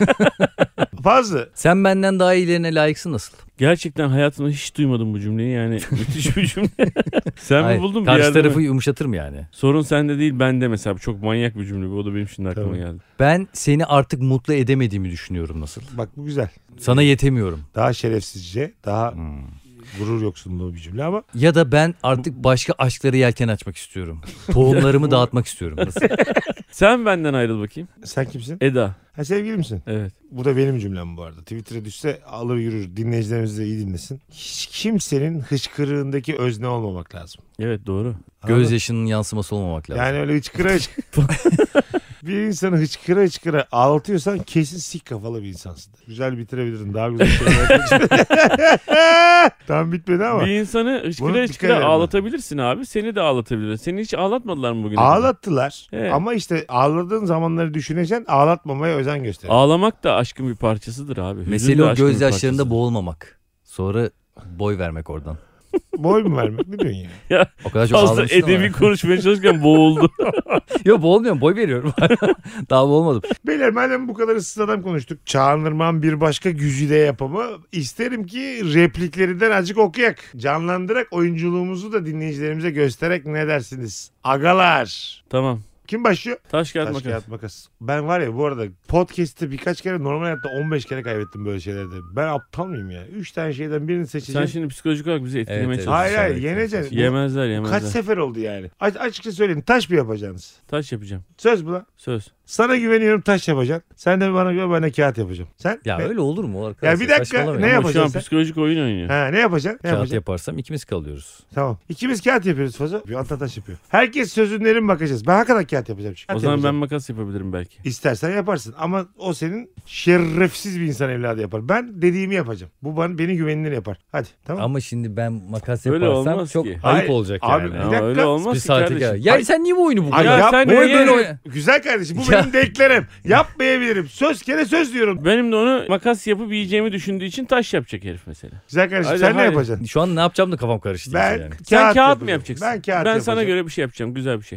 Fazla. Sen benden daha iyilerine layıksın nasıl? Gerçekten hayatımda hiç duymadım bu cümleyi yani. Müthiş bir cümle. Sen Hayır, mi buldun bir karşı yerde tarafı mi? yumuşatır mı yani? Sorun sende değil bende mesela. Çok manyak bir cümle bu. O da benim şimdi aklıma Tabii. geldi. Ben seni artık mutlu edemediğimi düşünüyorum nasıl? Bak bu güzel. Sana yetemiyorum. Daha şerefsizce, daha Hmm. gurur yoksunluğu bir cümle ama Ya da ben artık başka aşkları yelken açmak istiyorum. Tohumlarımı dağıtmak istiyorum. Nasıl? Sen benden ayrıl bakayım. sen kimsin? Eda. Ha sevgili misin? Evet. Bu da benim cümlem bu arada. Twitter'a düşse alır yürür. Dinleyicilerimiz de iyi dinlesin. Hiç kimsenin hıçkırığındaki özne olmamak lazım. Evet doğru. Gözyaşının yansıması olmamak lazım. Yani öyle hıçkıra hıçkıra. Bir insanı hıçkıra hıçkıra ağlatıyorsan kesin sik kafalı bir insansın. Güzel bitirebilirim. Daha güzel şeyler. Tam bitmedi ama. Bir insanı Bunu hıçkıra dikkat hıçkıra ederim. ağlatabilirsin abi. Seni de ağlatabilir. Seni hiç ağlatmadılar mı bugüne kadar? Ağlattılar. Evet. Ama işte ağladığın zamanları düşüneceksin. Ağlatmamaya özen göster. Ağlamak da aşkın bir parçasıdır abi. Hüzün Mesele de o aşkın bir gözyaşlarında parçası. boğulmamak. Sonra boy vermek oradan. Boy mu vermek? Ne diyorsun ya? O kadar çok Fazla ağlamıştım edebi ama. konuşmaya çalışırken boğuldu. Yok boğulmuyorum, boy veriyorum. Daha boğulmadım. Beyler madem bu kadar ıssız adam konuştuk. Çağınırman bir başka güzide yapımı. İsterim ki repliklerinden azıcık okuyak. Canlandırak oyunculuğumuzu da dinleyicilerimize göstererek ne dersiniz? Agalar. Tamam. Kim başlıyor? Taş kağıt Taş makas. kağıt makas. Ben var ya bu arada podcast'te birkaç kere normal hayatta on beş kere kaybettim böyle şeylerde. Ben aptal mıyım ya? üç tane şeyden birini Sen seçeceğim. şimdi psikolojik olarak bizi etkilemeye Evet, evet. çalışıyorsun. Hayır hayır Dışarıdaki- yeneceksin. Bu Yemezler Kaç yemezler. sefer oldu yani? A- açıkça söyleyin taş mı yapacaksınız? Taş yapacağım. Söz bu lan. Söz. Sana güveniyorum taş yapacaksın. Sen de bana güven ben de kağıt yapacağım. Sen? Ya Ben- öyle olur mu arkadaşlar? Ya bir dakika, Saçmalamayın. ne Ama yapacaksın şu an sen? psikolojik oyun oynuyor. Ha, ne yapacaksın? Ne Kağıt yapacaksın? yaparsam ikimiz kalıyoruz. Tamam. İkimiz kağıt yapıyoruz fazla. Bir anta taş yapıyor. Herkes sözünlerin bakacağız. Ben hakikaten kağıt yapacağım. Çünkü. O Kağıt zaman ben yapacağım. makas yapabilirim belki. İstersen yaparsın ama o senin şerefsiz bir insan evladı yapar. Ben dediğimi yapacağım. Bu bana beni güvenilir yapar. Hadi tamam. Ama şimdi ben makas Öyle yaparsam olmaz çok ki. ayıp Hayır, olacak abi, yani. Bir Ama dakika. öyle olmaz Bir ki saate kardeşim. kadar. Ya Ay- sen niye bu oyunu bu Ay, Ya kadar? sen yapmayabilirim. niye- böyle- Güzel kardeşim bu Ya. benim deklarem. Yapmayabilirim. Söz kere söz diyorum. Benim de onu makas yapıp yiyeceğimi düşündüğü için taş yapacak herif mesela. Güzel kardeşim Hadi, sen ne hadi. yapacaksın? Şu an ne yapacağım da kafam karıştı. Ben yani. Sen kağıt, yapacağım. mı yapacaksın? Ben kağıt Ben yapacağım. sana göre bir şey yapacağım. Güzel bir şey.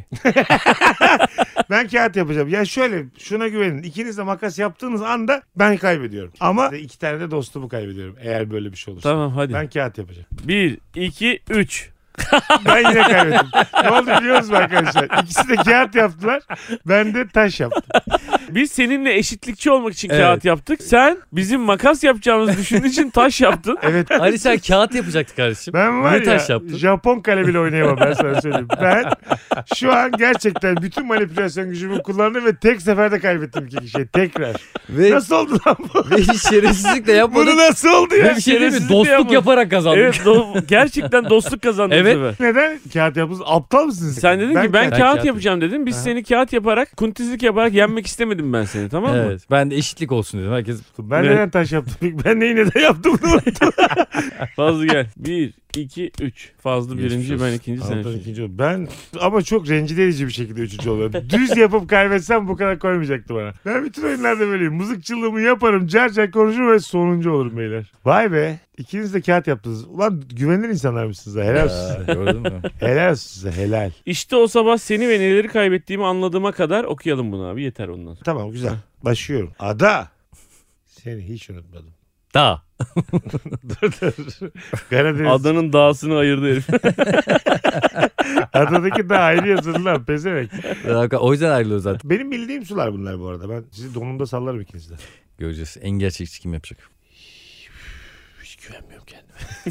Ben kağıt yapacağım. Ya şöyle şuna güvenin. İkiniz de makas yaptığınız anda ben kaybediyorum. Ama iki tane de dostumu kaybediyorum. Eğer böyle bir şey olursa. Tamam hadi. Ben kağıt yapacağım. Bir, iki, üç. Ben yine kaybettim. Ne oldu biliyor musunuz arkadaşlar? İkisi de kağıt yaptılar. Ben de taş yaptım. Biz seninle eşitlikçi olmak için Evet. kağıt yaptık. Sen bizim makas yapacağımızı düşündüğün için taş yaptın. Evet. Ali sen kağıt yapacaktı kardeşim. Ben var Niye ya taş yaptın? Japon kale bile oynayamam ben sana söyleyeyim. Ben şu an gerçekten bütün manipülasyon gücümü kullandım ve tek seferde kaybettim iki kişiyi. Tekrar. Ve, Nasıl oldu lan bu? ve hiç şerefsizlik de yapmadık. Bunu nasıl oldu ya? Ve bir şey değil mi? şerefsizlik de Dostluk yapmadık. yaparak kazandık. Evet do- gerçekten dostluk kazandık Evet. bu sefer. Neden kağıt yaptınız? Aptal mısınız? Sen dedin ki ben kağıt- kağıt kağıt yapacağım dedin. Biz Aha. seni kağıt yaparak, kuntizlik yaparak yenmek istemedim ben seni tamam mı? Evet. Ben de eşitlik olsun dedim. Herkes Ben Evet. neden taş yaptım? Peki ben neyi neden yaptım? bunu unuttum. Fazla gel. Bir, iki, üç. Fazla Geçmiş birinci olsun. ben ikinci sen Anlatan üçüncü. ikinci oldu. Ben ama çok rencide edici bir şekilde üçüncü oluyorum. Düz yapıp kaybetsem bu kadar koymayacaktı bana. Ben bütün oyunlarda böyleyim. Mızıkçılığımı yaparım. Car car konuşurum ve sonuncu olurum beyler. Vay be. İkiniz de kağıt yaptınız. Ulan güvenilir insanlar mısınız ha? Helal olsun size. Ya, gördün mü? Helal olsun size. Helal. İşte o sabah seni ve neleri kaybettiğimi anladığıma kadar okuyalım bunu abi. Yeter ondan sonra. Tamam güzel. Başlıyorum. Ada. Seni hiç unutmadım. Da. Dur dur. Karadeniz. Adanın dağısını ayırdı herif. Adadaki de ayrı yazılı lan pezevenk. O yüzden ayrılıyor zaten. Benim bildiğim sular bunlar bu arada. Ben sizi donunda sallarım ikiniz de. Göreceğiz. En gerçekçi kim yapacak? Hiç güvenmiyorum kendime.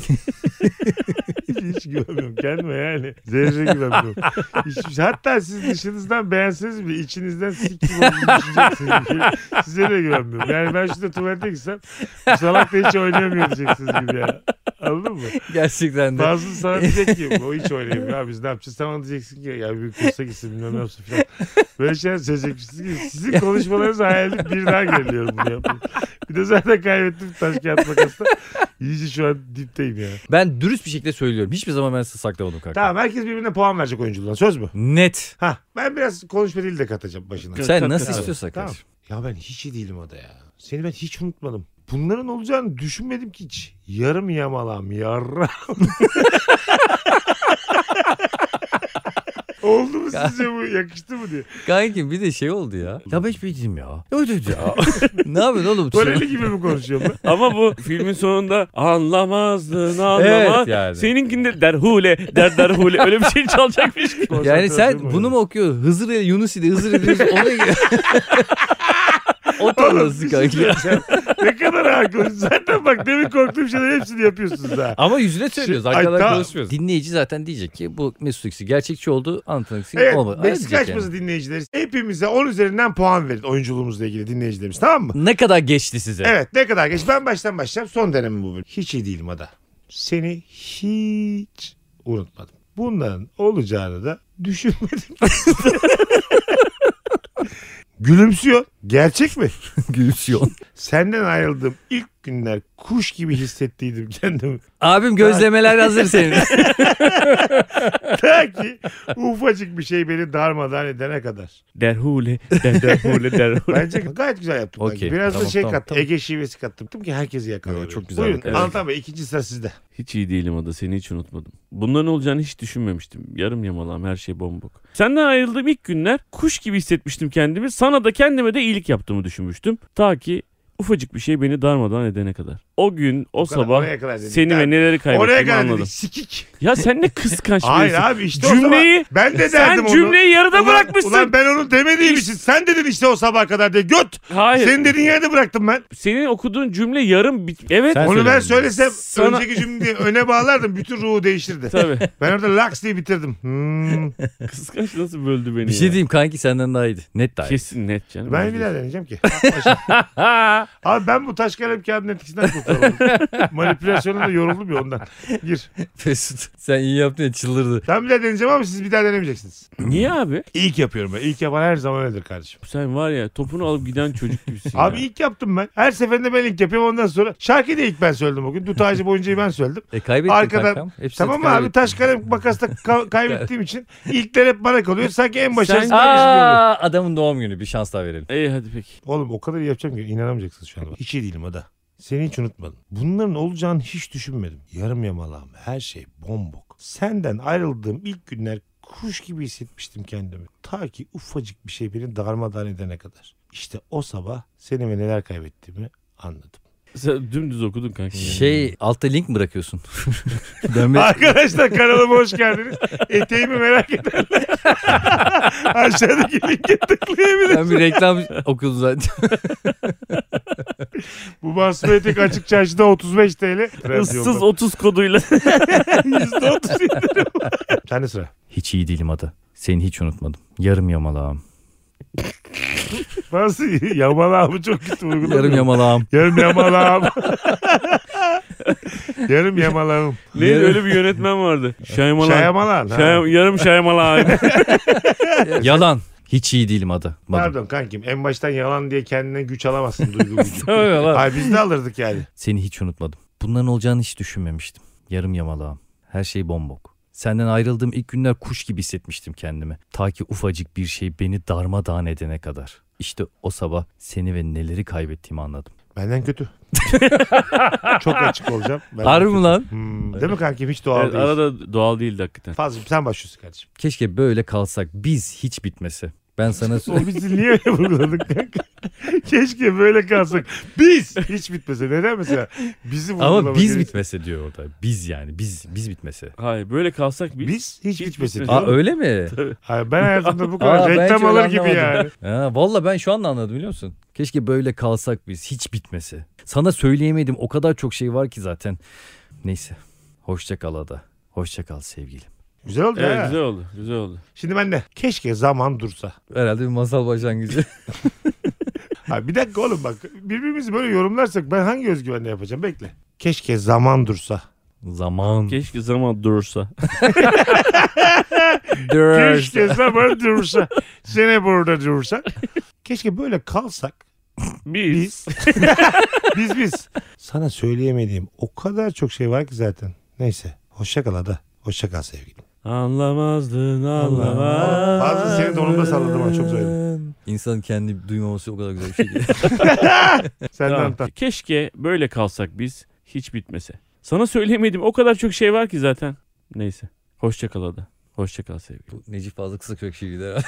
hiç, hiç güvenmiyorum kendime yani. Zerre güvenmiyorum. Hiç, hatta siz dışınızdan beğenseniz bile içinizden sik gibi olduğunu düşüneceksiniz. Size de güvenmiyorum. Yani ben şurada tuvalete gitsem bu salak da hiç oynayamıyor diyeceksiniz gibi ya. Anladın mı? Gerçekten de. Bazı sana diyecek ki o hiç oynayamıyor. Ya biz ne yapacağız? Sen ona diyeceksin ki ya bir kursa gitsin bilmem ne yapsın falan. Böyle şeyler söyleyeceksiniz ki sizin konuşmalarınız hayalim bir daha geliyorum bunu yapayım. Bir de zaten kaybettim taş kağıt makasla. İyice şu an dipteyim ya. Ben dürüst bir şekilde söylüyorum. Hiçbir zaman ben size saklamadım kanka. Tamam herkes birbirine puan verecek oyunculuğuna. Söz mü? Net. Ha ben biraz konuşma dili de katacağım başına. Sen Kat- nasıl kat- istiyorsan Tamam. kardeşim. Ya ben hiç iyi değilim o da ya. Seni ben hiç unutmadım. Bunların olacağını düşünmedim ki hiç. Yarım yamalam yarra. Oldu mu sizce bu? Yakıştı mı diye. Kanki bir de şey oldu ya. Ya ben hiç bildim ya. Ne oldu ya? Ne yapıyorsun oğlum? Koreli gibi mi konuşuyorum ben? Ama bu filmin sonunda anlamazdın anlama. Evet yani. Seninkinde derhule der derhule öyle bir şey çalacakmış gibi. Yani sen bunu mu okuyor? Hızır ile Yunus ile Hızır ile ona gibi. O Oğlum, tanrısı bir şey kanki. söyleyeceğim. Ne kadar haklısın. Zaten bak demin korktuğum şeyler hepsini yapıyorsunuz ha. Ama yüzüne söylüyoruz. Ay, Arkadan tamam. konuşmuyoruz. Dinleyici zaten diyecek ki bu Mesut ikisi gerçekçi oldu. Anlatan ikisi Evet. olmadı. Öyle Meksika diyecek açması yani. dinleyicileri. Hepimize on üzerinden puan verin oyunculuğumuzla ilgili dinleyicilerimiz. Tamam mı? Ne kadar geçti size? Evet ne kadar geç. Ben baştan başlayacağım. Son denemem bu bölüm. Hiç iyi değilim Ada. Seni hiç unutmadım. Bunların olacağını da düşünmedim. Gülümsüyor. Gerçek mi? Gülüyor. Senden ayrıldığım ilk günler kuş gibi hissettiydim kendimi. Abim gözlemeler hazır senin. Ta ki ufacık bir şey beni darmadağın edene kadar. Derhule der derhule derhule. Bence gayet güzel yaptım. Okey, Belki. Biraz da tamam, şey tamam, kattım. tamam. Ege şivesi kattım. Dedim ki herkesi yakalayabilirim. Yo, çok güzel. Buyurun Evet. Anlatan Bey ikinci sıra sizde. Hiç iyi değilim o da seni hiç unutmadım. Bunların olacağını hiç düşünmemiştim. Yarım yamalağım her şey bombok. Senden ayrıldığım ilk günler kuş gibi hissetmiştim kendimi. Sana da kendime de iyilik yaptığımı düşünmüştüm. Ta ki ufacık bir şey beni darmadan edene kadar. O gün o, O kadar, sabah oraya kadar dedik. seni Ben- ve neleri Oraya kaybettiğimi kadar anladım. dedik. Sikik. Ya sen ne kıskanç Hayır birisin. abi işte Cümleyi- o zaman ben de Sen derdim onu. cümleyi yarıda Ulan- bırakmışsın. Ulan ben onu demediğim İş- için sen dedin işte o sabah kadar diye göt. Hayır. Senin dediğin yerde bıraktım ben. Senin okuduğun cümle yarım bit. Evet. Sen Onu ben söylemedin. söylesem Sana- önceki cümleyi öne bağlardım. Bütün ruhu değiştirdi. Tabii. Ben orada laks diye bitirdim. Hmm. Kıskanç nasıl böldü beni Bir şey ya? diyeyim kanki senden daha iyiydi. Net daha iyiydi. Kesin net canım. Ben Öyle bir daha değil. deneyeceğim ki. Abi ben bu taş kalem kağıdının etkisinden kurtulamam. Manipülasyonunda yoruldum ya ondan. Gir. Mesut sen iyi yaptın ya çıldırdı. Ben bir daha deneyeceğim ama siz bir daha denemeyeceksiniz. Niye abi? İlk yapıyorum ben. İlk yapan her zaman öyledir kardeşim. Sen var ya topunu alıp giden çocuk gibisin Abi ya. ilk yaptım ben. Her seferinde ben ilk yapıyorum ondan sonra. Şarkıyı da ilk ben söyledim o gün. Dut Ağacı Boyunca'yı ben söyledim. E kaybettin Arkadan- kankam. Hepsini Tamam mı kaybettin. abi taş kalem makasla ka- kaybettiğim için ilkler hep bana kalıyor. Sanki en başarısız Sen- ben gibi oluyor. Aa, adamın doğum günü bir şans daha verelim. İyi hadi peki. Oğlum o kadar iyi yapacağım ki inanamayacaksınız şu anda. Hiç iyi değilim Ada. Seni hiç unutmadım. Bunların olacağını hiç düşünmedim. Yarım yamalağım her şey bombok. Senden ayrıldığım ilk günler kuş gibi hissetmiştim kendimi. Ta ki ufacık bir şey beni darmadağın edene kadar. İşte o sabah seni ve neler kaybettiğimi anladım. Sen dümdüz okudun kanka. Şey altta link mi bırakıyorsun? ben bir- Arkadaşlar kanalıma hoş geldiniz. Eteğimi merak edenler aşağıdaki linke tıklayabilir. ben bir reklam okudum zaten. Bu basma etek açık çarşıda otuz beş TL. Issız otuz koduyla. yüzde otuz indirim. Sen de sıra. Hiç iyi değilim adı. Seni hiç unutmadım. Yarım yamalağım. Nasıl? Yamalağımı çok kötü uyguladım. Yarım yamalağım. Yarım yamalağım. Yarım yamalağım. Neydi öyle bir yönetmen vardı. Şaymalan. Şayamalağım. ha. Şay- yarım şaymalan. Yalan. Hiç iyi değilim adı. Madım. Pardon kankim en baştan yalan diye kendine güç alamazsın duygu gücü. Tamam yalan. Ay biz de alırdık yani. Seni hiç unutmadım. Bunların olacağını hiç düşünmemiştim. Yarım yamalağım. Her şey bombok. Senden ayrıldığım ilk günler kuş gibi hissetmiştim kendimi. Ta ki ufacık bir şey beni darmadağın edene kadar. İşte o sabah seni ve neleri kaybettiğimi anladım. Benden kötü. Çok açık olacağım. Benden Harbi kötü. mi lan? Hmm, değil mi kankim hiç doğal Evet, değil. arada doğal değildi hakikaten. Fazla sen başlıyorsun kardeşim. Keşke böyle kalsak biz hiç bitmese. Ben sana O bizi niye öyle vurguladık kanka? Keşke böyle kalsak. Biz hiç bitmese. Neden mesela? Bizi vurgulamak. Ama biz gerekiyor. bitmese diyor orada. Biz yani biz biz bitmese. Hayır böyle kalsak biz. Biz hiç Hiç bitmese. bitmese. Aa öyle mi? Hayır, ben hayatımda bu Aa, kadar ben reklam hiç öyle alır gibi anlamadım. yani. Ha, valla ben şu anda anladım biliyor musun? Keşke böyle kalsak biz hiç bitmese. Sana söyleyemedim o kadar çok şey var ki zaten. Neyse. Hoşça kal Ada. Hoşça kal sevgilim. Güzel oldu Evet ya. güzel oldu. Güzel oldu. Şimdi ben de keşke zaman dursa. Herhalde bir masal başlangıcı. Ha, bir dakika oğlum bak. Birbirimizi böyle yorumlarsak ben hangi özgüvenle yapacağım? Bekle. Keşke zaman dursa. Zaman. Keşke zaman durursa. Keşke zaman dursa. Sene burada dursa. Keşke böyle kalsak. Biz. Biz biz. Sana söyleyemediğim o kadar çok şey var ki zaten. Neyse. Hoşça kal Ada. Hoşça kal sevgilim. Anlamazdın anlamazdın. Bazı senin donunda salladım ama çok söyledim. İnsanın kendi duymaması o kadar güzel bir şey değil. Senden Tamam. tam. Keşke böyle kalsak biz hiç bitmese. Sana söyleyemediğim o kadar çok şey var ki zaten. Neyse. Hoşça kal Ada. Hoşça kal sevgilim. Bu Necip Fazıl Kısakürek şiiri herhalde.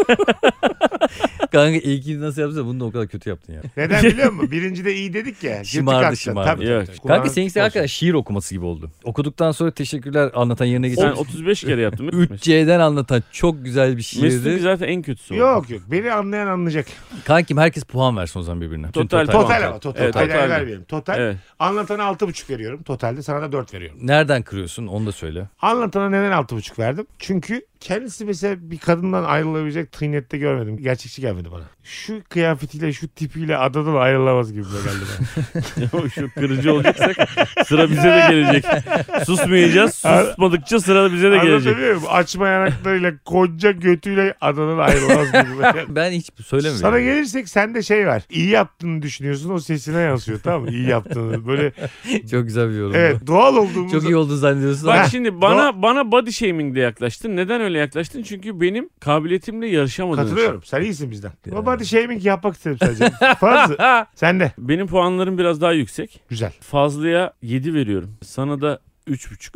Kanka ilkini nasıl yaptın bunu da o kadar kötü yaptın ya. Neden biliyor musun? Birincide iyi dedik ya. Şımardı, Götü kalktı. şımardı. Tabii, Yok. tabii. Kanka Kulağın seninkisi olsun. hakikaten şiir okuması gibi oldu. Okuduktan sonra teşekkürler anlatan yerine Sen geçelim. otuz beş kere yaptın değil mi? üç C'den anlatan çok güzel bir Mesut'un şiirdi. zaten en kötüsü oldu. Yok yok. Beni anlayan anlayacak. Kankim herkes puan versin o zaman birbirine. Bütün Total total. Total ama total. Evet, total. total. vermeyelim. Total. Evet. Anlatana altı buçuk veriyorum. Totalde sana da dört veriyorum. Nereden kırıyorsun onu da söyle. Anlatana neden altı buçuk verdim? Çünkü kendisi mesela bir kadından ayrılabilecek tıynette görmedim. Gerçekçi gelmedi bana. Şu kıyafetiyle şu tipiyle adadan ayrılamaz gibi geldi bana. Şu kırıcı olacaksak sıra bize de gelecek. Susmayacağız. Susmadıkça sıra bize de gelecek. Anlatabiliyor muyum? Açma yanaklarıyla koca götüyle adadan ayrılamaz gibi geldi. Ben hiç söylemiyorum. Sana gelirsek sende şey var. İyi yaptığını düşünüyorsun o sesine yansıyor tamam mı? İyi yaptığını. Böyle Çok güzel bir yorum. evet bu. doğal olduğumuzu. Çok iyi olduğunu zannediyorsun Bak ama şimdi bana bana body shaming de yaklaştın. Neden öyle yaklaştın? Çünkü benim kabiliyetimle yarışamadığın Katılıyorum. Sen iyisin bizden. Yani. O body shaming yapmak istedim sadece. Fazla. Sen de. Benim puanlarım biraz daha yüksek. Güzel. Fazlıya yedi veriyorum. Sana da üç buçuk.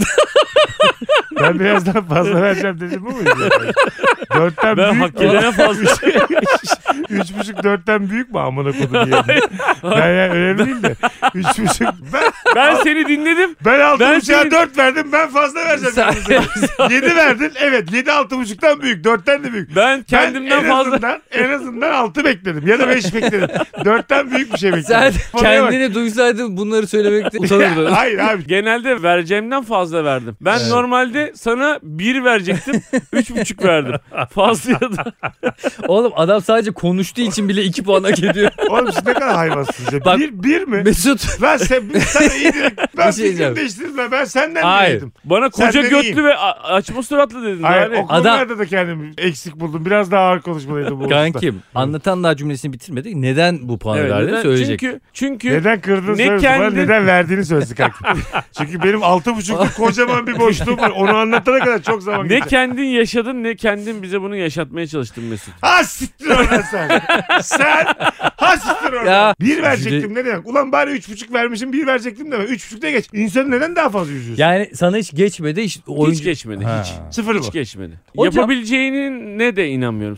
Ben biraz daha fazla vereceğim dedim bu muydu? Dörtten Ben büyük hak mü? edene fazla. Üç buçuk dörtten büyük mü amına kodum diye. Ben yani önemli değil de. Üç buçuk. Ben, Ben seni dinledim. ben altı Ben buçuğa senin- dört verdim. Ben fazla vereceğim. Sen- Yedi verdin. Evet. Yedi altı buçuktan büyük. Dörtten de büyük. Ben kendimden en fazla. Azından, en azından altı bekledim. Ya da beş bekledim. Dörtten büyük bir şey bekledim. sen Oraya bak. kendini duysaydın bunları söylemekte utanırdın. Hayır abi. Genelde vereceğimden fazla verdim. Ben Evet. normalde sana bir verecektim. Üç buçuk verdim. Fazla da. Oğlum adam sadece konuştuğu için bile iki puan hak ediyor. Oğlum siz ne kadar hayvansınız ya. Bak- bir, bir mi? Mesut. Ben sen, sen iyi dedik. Ben Bir şey diyeceğim. fikrim değiştirdim. Ben, ben senden Hayır. dinledim. Bana koca Senden götlü iyiyim. ve a- açma suratlı dedin. Hayır, Yani. o konularda da kendimi eksik buldum. Biraz daha ağır konuşmalıydım bu hususta. Kankim anlatan daha cümlesini bitirmedi. Neden bu puanı Evet, verdi neden? söyleyecek. Çünkü çünkü Neden kırdığını Ne söylesin. Bana kendin- neden verdiğini söylesin kankim. Çünkü benim altı buçukluk kocaman bir boşluğum var. Onu anlatana kadar çok zaman ne geçecek. kendin yaşadın ne kendin bize bunu yaşatmaya çalıştın Mesut. Ha siktir oradan sen. Sen ha siktir oradan. Ya. Bir verecektim ne demek? Ulan bari üç buçuk vermişim bir verecektim deme. Üç buçuk de geç. İnsanı neden daha fazla üzüyorsun? Yani sana hiç geçmedi. Hiç, oyuncu... Hiç geçmedi Ha. hiç. Sıfır Hiç bu. geçmedi. Hocam- Yapabileceğinin ne de inanmıyorum.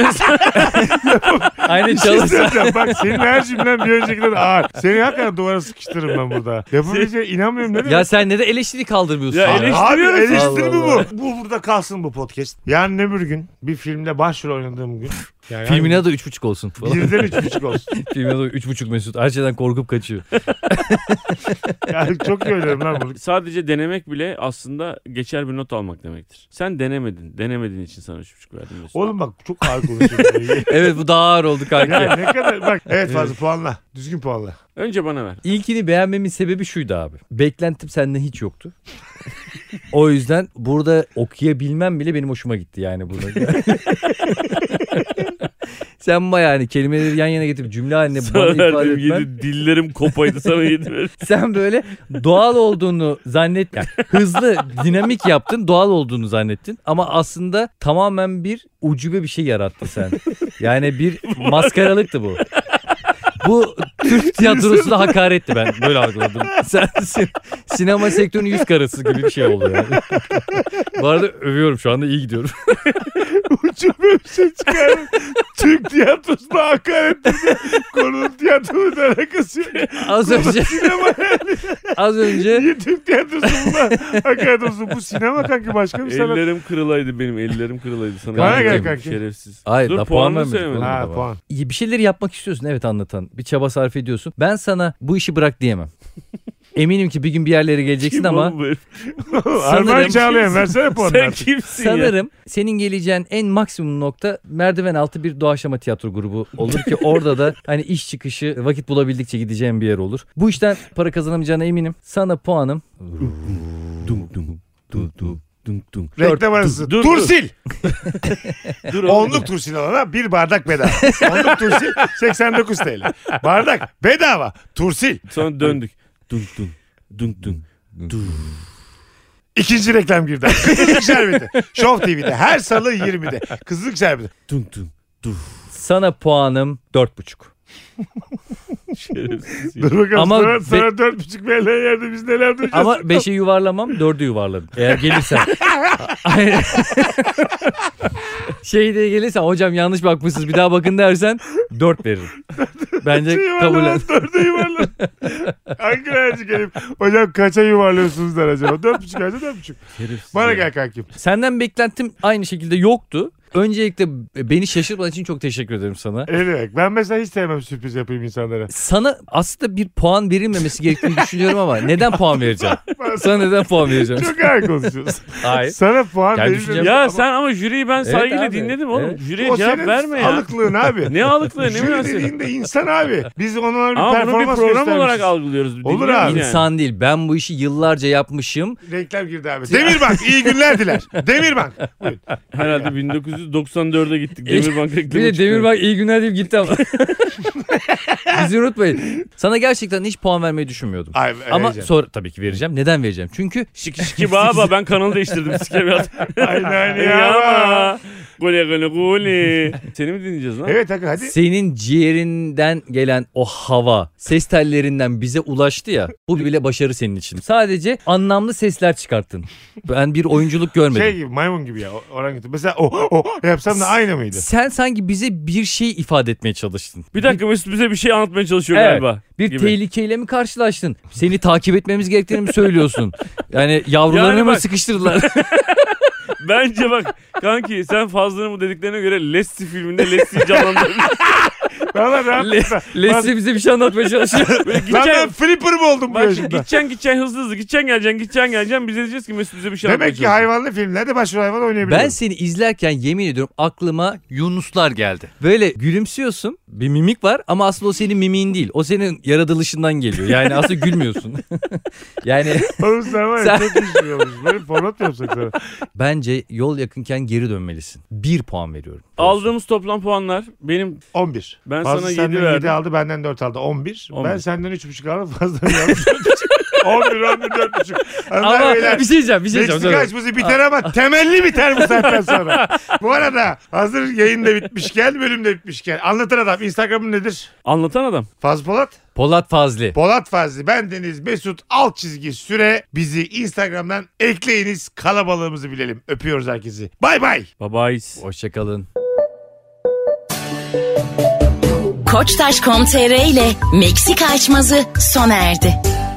Aynı Bir şey çalışsa. söyleyeceğim. Bak senin her cümlen bir öncekinden ağır. Seni hakikaten duvara sıkıştırırım ben burada. Yapabileceğine inanmıyorum ne demek? Ya sen neden eleştiri kaldırmıyorsun? Ya Abi? eleş- Abi eleştiriyorum. eleştiri mi bu? Allah Bu burada kalsın bu podcast. Yarın öbür gün bir filmde başrol oynadığım gün. Yani Filmin hani adı üç buçuk olsun. Falan. birden üç buçuk olsun. Filmin adı üç buçuk Mesut. Her şeyden korkup kaçıyor. Yani çok iyi oynarım lan bunu. Sadece denemek bile aslında geçer bir not almak demektir. Sen denemedin. Denemediğin için sana üç buçuk verdim Mesut. Oğlum bak çok ağır konuşuyorsun. Evet bu daha ağır oldu kanka. Ya ne kadar bak evet fazla puanla. Düzgün puanla. Önce bana ver. İlkini beğenmemin sebebi şuydu abi. Beklentim senden hiç yoktu. O yüzden burada okuyabilmem bile benim hoşuma gitti yani burada. Sen bayağı hani kelimeleri yan yana getirip cümle haline bana Sana ifade verdiğim etmen. yedi dillerim kopaydı sana yedi ver. Sen böyle doğal olduğunu zannet, yani hızlı, dinamik yaptın, doğal olduğunu zannettin. Ama aslında tamamen bir ucube bir şey yarattın sen. Yani bir maskaralıktı bu. Bu Türk tiyatrosuna hakaretti ben. Böyle algıladım. Sen sin- sinema sektörünün yüz karası gibi bir şey oldu yani. Bu arada övüyorum şu anda iyi gidiyorum. Uçuk bir şey çıkardım. Türk tiyatrosuna hakaret ediyor. Konunun tiyatroyla alakası yok. Az önce Sinema yani. az önce Niye Türk tiyatrosuna hakaret olsun? Bu sinema kanki, başka bir sanat. Ellerim kırılaydı benim. Ellerim kırılaydı. Sana Bana bir gel şey- kanki. Şerefsiz. Hayır, Dur daha puan puanını vermedik. söylemedim. Ha Tamam. puan. bir şeyleri yapmak istiyorsun, evet, anlatan. Bir çaba sarf ediyorsun. Ben sana bu işi bırak diyemem. Eminim ki bir gün bir yerlere geleceksin Kim ama oğlum bu herif? Armağan Çağlayan versene puanı. Sen artık. kimsin ya? sanırım senin geleceğin en maksimum nokta merdiven altı bir doğaçlama tiyatro grubu olur ki orada da hani iş çıkışı vakit bulabildikçe gideceğin bir yer olur. Bu işten para kazanamayacağına eminim. Sana puanım Dum dum dum dum dum dum. Reklam arası. Dur, dur. Tursil. Dur oğlum. Onluk tursil alana bir bardak bedava. Onluk tursil seksen dokuz T L. Bardak bedava. Tursil. Sonra döndük. Dum dum dum dum dum. İkinci reklam girdi. Kızılcık Şerbeti. Show T V'de her salı yirmide. Kızılcık Şerbeti. Dum dum dum. sana puanım dört buçuk. Şerefsiz ya. Dur bakalım Ama sana, be- sana dört buçuk verilen yerde biz neler duyacağız. Ama beşe yuvarlamam, dördü yuvarladım. Eğer gelirsen. Aynen. Şey diye gelirsen hocam yanlış bakmışsınız bir daha bakın dersen dört veririm. Bence kabul Yuvarlan, et. dörde yuvarlan. Hangi öğrenci gelip hocam kaça yuvarlıyorsunuz der acaba? Dört buçuk ayda dört buçuk. Şerefsiz Bana ya. gel kankim. Senden beklentim aynı şekilde yoktu. Öncelikle beni şaşırtmadığın için çok teşekkür ederim sana. Ne demek? Ben mesela hiç sevmem sürpriz yapayım insanlara. Sana aslında bir puan verilmemesi gerektiğini düşünüyorum ama neden puan vereceğim? Sana neden puan vereceğim? Çok ağır konuşuyorsun. Hayır. Sana puan Ya verilmemesi. düşüneceğim. Ya ama sen ama jüriyi ben saygıyla abi, dinledim oğlum. evet. Jüriye o cevap senin verme ya. alıklığın abi. Ne alıklığı ne Jüri münasebet. dediğinde insan abi. Biz ona bir Ama bunu bir performans program göstermişiz. olarak algılıyoruz. Olur Dinliyoruz abi. yani. İnsan değil. Ben bu işi yıllarca yapmışım. Reklam girdi abi. Demirbank iyi günler diler. Demirbank. Buyurun. Herhalde bin dokuz yüz doksan dörde gittik. Demirbank Bir reklamı de çıktı. Demirbank iyi günler deyip gitti ama. Bizi unutmayın. Sana gerçekten hiç puan vermeyi düşünmüyordum. Ay, Ama vereceğim. sonra tabii ki vereceğim. Neden vereceğim? Çünkü Şiki şiki baba ben kanalı değiştirdim. Sikemiyat. Aynen ya. Gole gole gole. Seni mi dinleyeceğiz lan? Evet hadi hadi. senin ciğerinden gelen o hava ses tellerinden bize ulaştı ya. Bu bile başarı senin için. Sadece anlamlı sesler çıkarttın. Ben bir oyunculuk görmedim. Şey gibi maymun gibi ya. Orangutan. Mesela o o yapsam da aynı mıydı? Sen sanki bize bir şey ifade etmeye çalıştın. Bir dakika Mesut bize bir şey anlatmaya çalışıyor Evet. galiba. Bir gibi. tehlikeyle mi karşılaştın? Seni takip etmemiz gerektiğini mi söylüyorsun? Yani yavrularını Yani mı bak- sıkıştırdılar? Bence bak kanki sen Fazlı'nın bu dediklerine göre Leslie filminde Leslie'yi canlandırmış. Valla rahatlıkla. Leslie bize bir şey anlatmaya çalışıyor. Lan ben Gideceksin, flipper mı oldum bu bak yaşımda? gideceksin gideceksin hızlı hızlı gideceksin geleceksin gideceksin geleceksin biz de diyeceğiz ki Mesut bize bir şey anlatmaya Demek ki çalışıyor. hayvanlı filmlerde başrol hayvan oynayabiliyorum. Ben seni izlerken yemin ediyorum aklıma Yunuslar geldi. Böyle gülümsüyorsun. Bir mimik var ama aslında o senin mimiğin değil. O senin yaratılışından geliyor. Yani aslında gülmüyorsun. Yani Oğlum sen var ya Sen- çok düşünüyormuş. Böyle format mı yapsak sana? bence yol yakınken geri dönmelisin. Bir puan veriyorum. Aldığımız toplam puanlar benim on bir. Ben Fazla sana senden yedi yedi verdim. aldı benden dört aldı. on bir. on Ben bir. senden üç buçuk aldım. Fazla aldım. on bir on bir dört buçuk. Ama bir şey diyeceğim bir şey diyeceğim. Meksika açması biter ama temelli biter bu saatten sonra. Bu arada hazır yayın da bitmişken bölüm de bitmişken. Anlatan adam Instagram'ın nedir? anlatan adam. Fazlı Polat. Polat Fazlı. Polat Fazlı. Ben Deniz Mesut alt çizgi süre. Bizi Instagram'dan ekleyiniz. Kalabalığımızı bilelim. Öpüyoruz herkesi. Bay bay. Bye bye. Hoşçakalın. Koçtaş nokta com nokta tr ile Meksika açmazı sona erdi.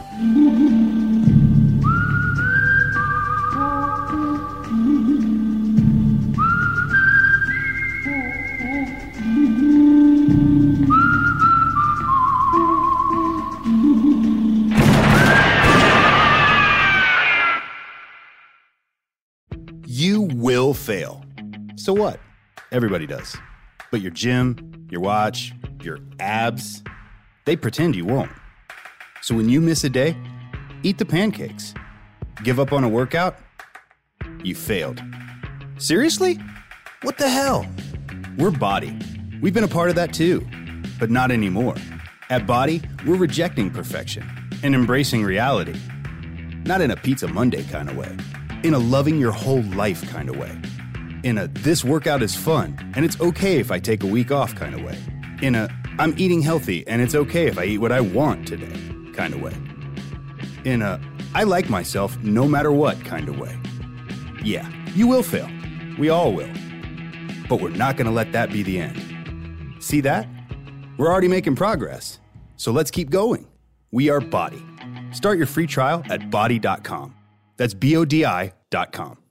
You will fail. So what? Everybody does. But your gym, your watch, your abs, they pretend you won't. So when you miss a day, eat the pancakes. Give up on a workout? You failed. Seriously? What the hell? We're Body. We've been a part of that too, but not anymore. At Body, we're rejecting perfection and embracing reality. Not in a Pizza Monday kind of way, in a loving your whole life kind of way. In a this workout is fun and it's okay if I take a week off kind of way. In a I'm eating healthy and it's okay if I eat what I want today kind of way. In a I like myself no matter what kind of way. Yeah, you will fail. We all will. But we're not going to let that be the end. See that? We're already making progress. So let's keep going. We are Body. Start your free trial at body dot com. That's B O D I dot com.